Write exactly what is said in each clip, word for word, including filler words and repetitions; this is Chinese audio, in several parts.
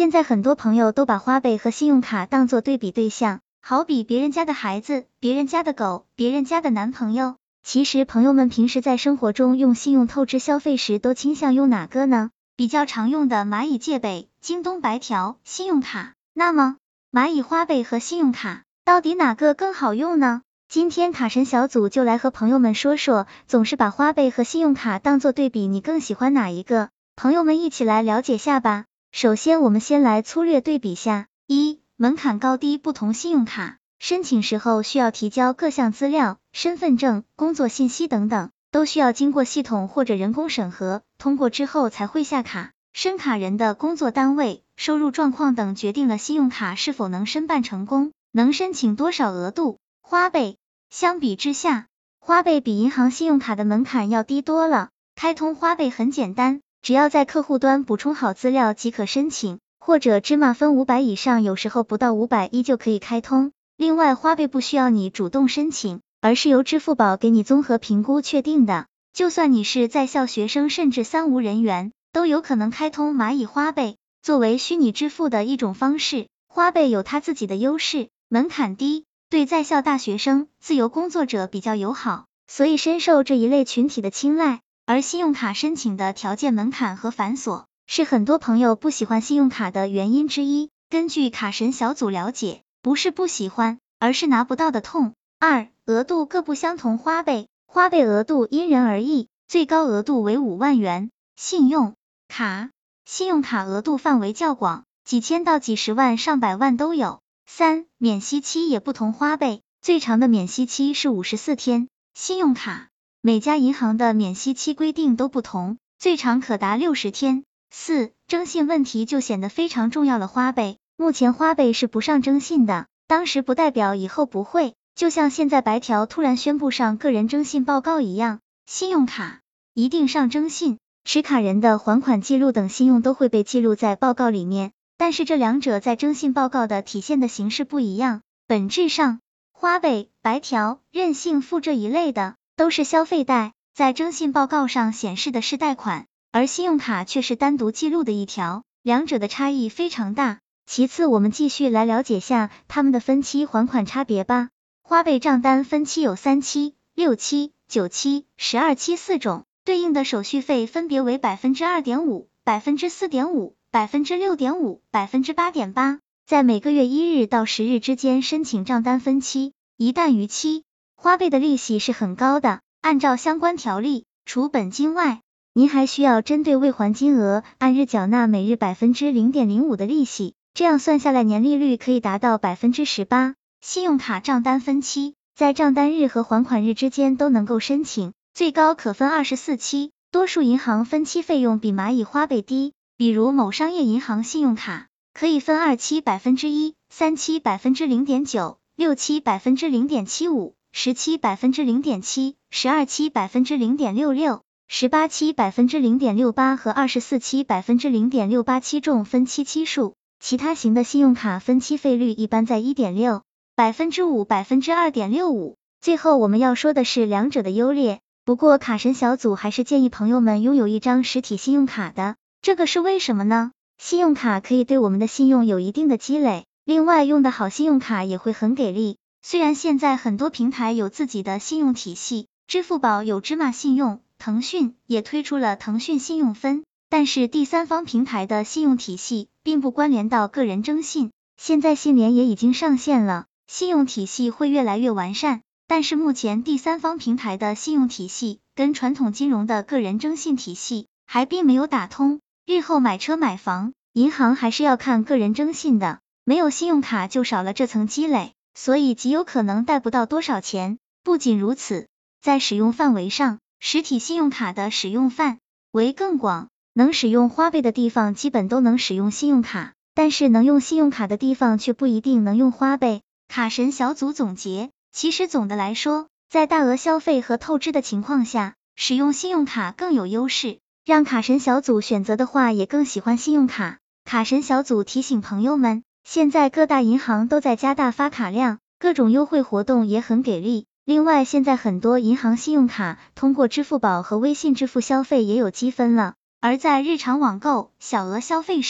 现在很多朋友都把花呗和信用卡当作对比对象，好比别人家的孩子、别人家的狗、别人家的男朋友。其实朋友们平时在生活中用信用透支消费时都倾向用哪个呢？比较常用的蚂蚁借呗、京东白条、信用卡。那么蚂蚁花呗和信用卡到底哪个更好用呢？今天卡神小组就来和朋友们说说，总是把花呗和信用卡当作对比，你更喜欢哪一个？朋友们一起来了解下吧。首先我们先来粗略对比下。一、门槛高低不同。信用卡申请时候需要提交各项资料，身份证、工作信息等等，都需要经过系统或者人工审核，通过之后才会下卡。申卡人的工作单位、收入状况等决定了信用卡是否能申办成功，能申请多少额度。花呗相比之下，花呗比银行信用卡的门槛要低多了。开通花呗很简单，只要在客户端补充好资料即可申请，或者芝麻分五百以上，有时候不到五百一就可以开通。另外花呗不需要你主动申请，而是由支付宝给你综合评估确定的。就算你是在校学生甚至三无人员，都有可能开通蚂蚁花呗。作为虚拟支付的一种方式，花呗有它自己的优势，门槛低，对在校大学生、自由工作者比较友好，所以深受这一类群体的青睐。而信用卡申请的条件门槛和繁琐，是很多朋友不喜欢信用卡的原因之一。根据卡神小组了解，不是不喜欢，而是拿不到的痛。二、额度各不相同。花呗花呗额度因人而异，最高额度为五万元，信用卡信用卡额度范围较广，几千到几十万上百万都有。三、免息期也不同。花呗最长的免息期是五十四天，信用卡每家银行的免息期规定都不同，最长可达六十天。四、征信问题就显得非常重要了。花呗目前花呗是不上征信的，当时不代表以后不会，就像现在白条突然宣布上个人征信报告一样。信用卡一定上征信，持卡人的还款记录等信用都会被记录在报告里面，但是这两者在征信报告的体现的形式不一样。本质上，花呗、白条、任性付这一类的都是消费贷，在征信报告上显示的是贷款，而信用卡却是单独记录的一条，两者的差异非常大。其次我们继续来了解下他们的分期还款差别吧。花呗账单分期有三期、六期、九期、十二期四种，对应的手续费分别为 百分之二点五、百分之四点五、百分之六点五、百分之八点八， 在每个月一日到十日之间申请账单分期，一旦逾期，花呗的利息是很高的，按照相关条例，除本金外，您还需要针对未还金额按日缴纳每日 百分之零点零五 的利息，这样算下来年利率可以达到 百分之十八。 信用卡账单分期，在账单日和还款日之间都能够申请，最高可分二十四期，多数银行分期费用比蚂蚁花呗低，比如某商业银行信用卡可以分二期 百分之一、三期 百分之零点九、六期 百分之零点七五、十期 百分之零点七、十二期 百分之零点六六、十八期 百分之零点六八 和二十四期 百分之零点六八期重分期期数。其他型的信用卡分期费率一般在 一点六、百分之五、百分之二点六五。最后我们要说的是两者的优劣，不过卡神小组还是建议朋友们拥有一张实体信用卡的，这个是为什么呢？信用卡可以对我们的信用有一定的积累，另外用的好信用卡也会很给力。虽然现在很多平台有自己的信用体系，支付宝有芝麻信用，腾讯也推出了腾讯信用分，但是第三方平台的信用体系并不关联到个人征信，现在信联也已经上线了，信用体系会越来越完善，但是目前第三方平台的信用体系跟传统金融的个人征信体系还并没有打通，日后买车买房，银行还是要看个人征信的，没有信用卡就少了这层积累，所以极有可能贷不到多少钱。不仅如此，在使用范围上，实体信用卡的使用范围更广，能使用花呗的地方基本都能使用信用卡，但是能用信用卡的地方却不一定能用花呗。卡神小组总结，其实总的来说，在大额消费和透支的情况下，使用信用卡更有优势，让卡神小组选择的话也更喜欢信用卡。卡神小组提醒朋友们，现在各大银行都在加大发卡量，各种优惠活动也很给力。另外现在很多银行信用卡通过支付宝和微信支付消费也有积分了，而在日常网购、小额消费时，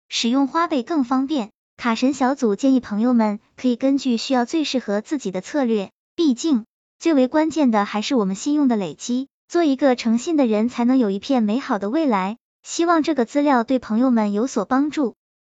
使用花呗更方便。卡神小组建议朋友们可以根据需要最适合自己的策略，毕竟最为关键的还是我们信用的累积，做一个诚信的人才能有一片美好的未来。希望这个资料对朋友们有所帮助。